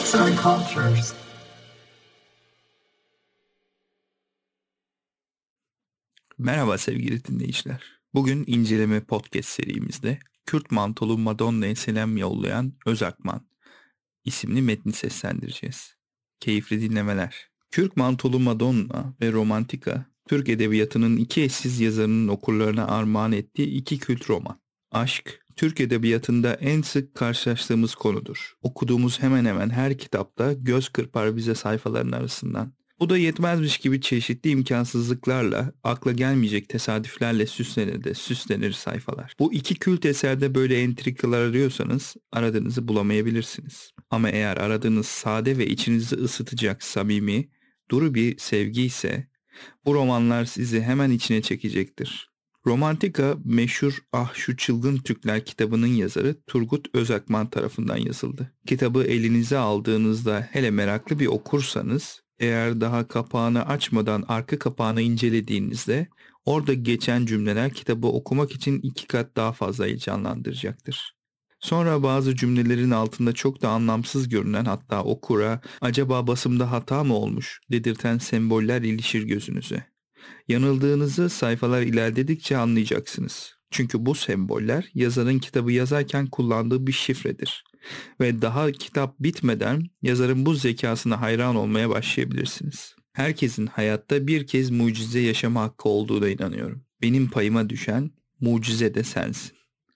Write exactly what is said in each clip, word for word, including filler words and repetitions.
Arts and Cultures. Merhaba sevgili dinleyiciler. Bugün inceleme podcast serimizde Kürt mantolu Madonna'ya selam yollayan Özakman isimli metni seslendireceğiz. Keyifli dinlemeler. Kürt mantolu Madonna ve Romantika, Türk edebiyatının iki eşsiz yazarının okurlarına armağan ettiği iki kült roman. Aşk, Türk edebiyatında en sık karşılaştığımız konudur. Okuduğumuz hemen hemen her kitapta göz kırpar bize sayfaların arasından. Bu da yetmezmiş gibi çeşitli imkansızlıklarla, akla gelmeyecek tesadüflerle süslenir de süslenir sayfalar. Bu iki kült eserde böyle entrikalar arıyorsanız aradığınızı bulamayabilirsiniz. Ama eğer aradığınız sade ve içinizi ısıtacak samimi, duru bir sevgi ise bu romanlar sizi hemen içine çekecektir. Romantika, meşhur Ah Şu Çılgın Türkler kitabının yazarı Turgut Özakman tarafından yazıldı. Kitabı elinize aldığınızda hele meraklı bir okursanız, eğer daha kapağını açmadan arka kapağını incelediğinizde orada geçen cümleler kitabı okumak için iki kat daha fazla heyecanlandıracaktır. Sonra bazı cümlelerin altında çok da anlamsız görünen, hatta okura acaba basımda hata mı olmuş dedirten semboller ilişir gözünüze. Yanıldığınızı sayfalar ilerledikçe anlayacaksınız. Çünkü bu semboller yazarın kitabı yazarken kullandığı bir şifredir. Ve daha kitap bitmeden yazarın bu zekasına hayran olmaya başlayabilirsiniz. Herkesin hayatta bir kez mucize yaşama hakkı olduğuna inanıyorum. Benim payıma düşen mucize de sensin.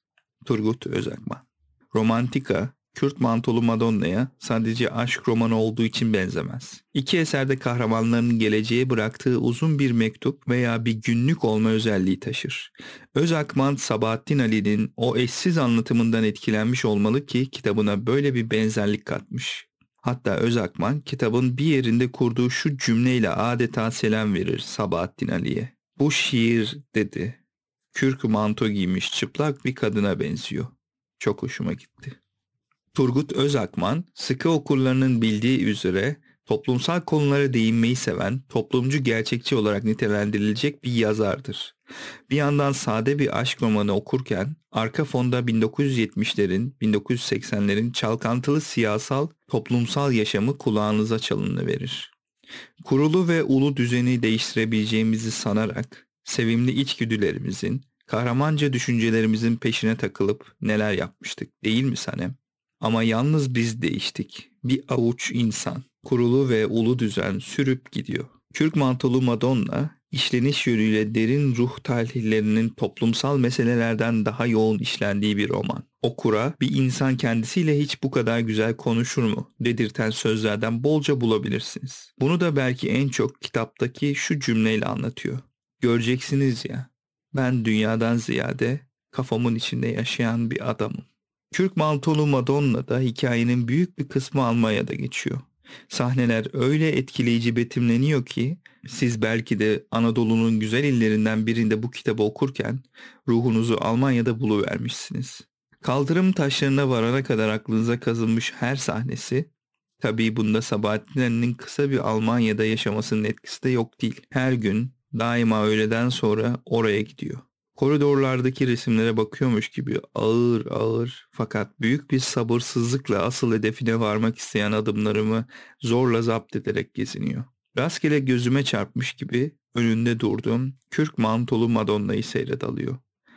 Turgut Özakman. Romantika, Kürt mantolu Madonna'ya sadece aşk romanı olduğu için benzemez. İki eserde kahramanların geleceğe bıraktığı uzun bir mektup veya bir günlük olma özelliği taşır. Özakman, Sabahattin Ali'nin o eşsiz anlatımından etkilenmiş olmalı ki kitabına böyle bir benzerlik katmış. Hatta Özakman kitabın bir yerinde kurduğu şu cümleyle adeta selam verir Sabahattin Ali'ye. Bu şiir, dedi, kürk manto giymiş çıplak bir kadına benziyor. Çok hoşuma gitti. Turgut Özakman, sıkı okurlarının bildiği üzere toplumsal konulara değinmeyi seven, toplumcu gerçekçi olarak nitelendirilecek bir yazardır. Bir yandan sade bir aşk romanı okurken, arka fonda bin dokuz yüz yetmişlerin, bin dokuz yüz seksenlerin çalkantılı siyasal, toplumsal yaşamı kulağınıza çalınıverir. Kurulu ve ulu düzeni değiştirebileceğimizi sanarak, sevimli içgüdülerimizin, kahramanca düşüncelerimizin peşine takılıp neler yapmıştık, değil mi Sanem? Ama yalnız biz değiştik. Bir avuç insan, kurulu ve ulu düzen sürüp gidiyor. Kürk mantolu Madonna, işleniş yönüyle derin ruh tahlillerinin toplumsal meselelerden daha yoğun işlendiği bir roman. Okura bir insan kendisiyle hiç bu kadar güzel konuşur mu dedirten sözlerden bolca bulabilirsiniz. Bunu da belki en çok kitaptaki şu cümleyle anlatıyor. Göreceksiniz ya, ben dünyadan ziyade kafamın içinde yaşayan bir adamım. Kürk mantolu Madonna'da hikayenin büyük bir kısmı Almanya'da geçiyor. Sahneler öyle etkileyici betimleniyor ki siz belki de Anadolu'nun güzel illerinden birinde bu kitabı okurken ruhunuzu Almanya'da buluvermişsiniz. Kaldırım taşlarına varana kadar aklınıza kazınmış her sahnesi, tabii bunda Sabahattin Ali'nin kısa bir Almanya'da yaşamasının etkisi de yok değil. Her gün daima öğleden sonra oraya gidiyor. Koridorlardaki resimlere bakıyormuş gibi ağır ağır fakat büyük bir sabırsızlıkla asıl hedefine varmak isteyen adımlarımı zorla zapt ederek geziniyor. Rastgele gözüme çarpmış gibi önünde durduğum kürk mantolu Madonna'yı seyredalıyor.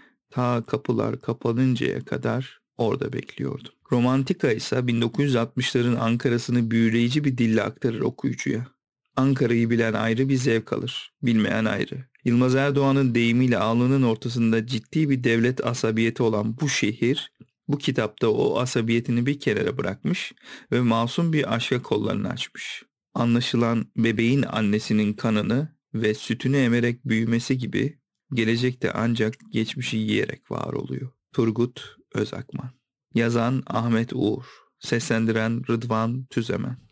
Ta kapılar kapanıncaya kadar orada bekliyordum. Romantika ise bin dokuz yüz altmışların Ankara'sını büyüleyici bir dille aktarır okuyucuya. Ankara'yı bilen ayrı bir zevk alır, bilmeyen ayrı. Yılmaz Erdoğan'ın deyimiyle alnının ortasında ciddi bir devlet asabiyeti olan bu şehir, bu kitapta o asabiyetini bir kenara bırakmış ve masum bir aşka kollarını açmış. Anlaşılan bebeğin annesinin kanını ve sütünü emerek büyümesi gibi gelecekte ancak geçmişi yiyerek var oluyor. Turgut Özakman. Yazan Ahmet Uğur. Seslendiren Rıdvan Tüzemen.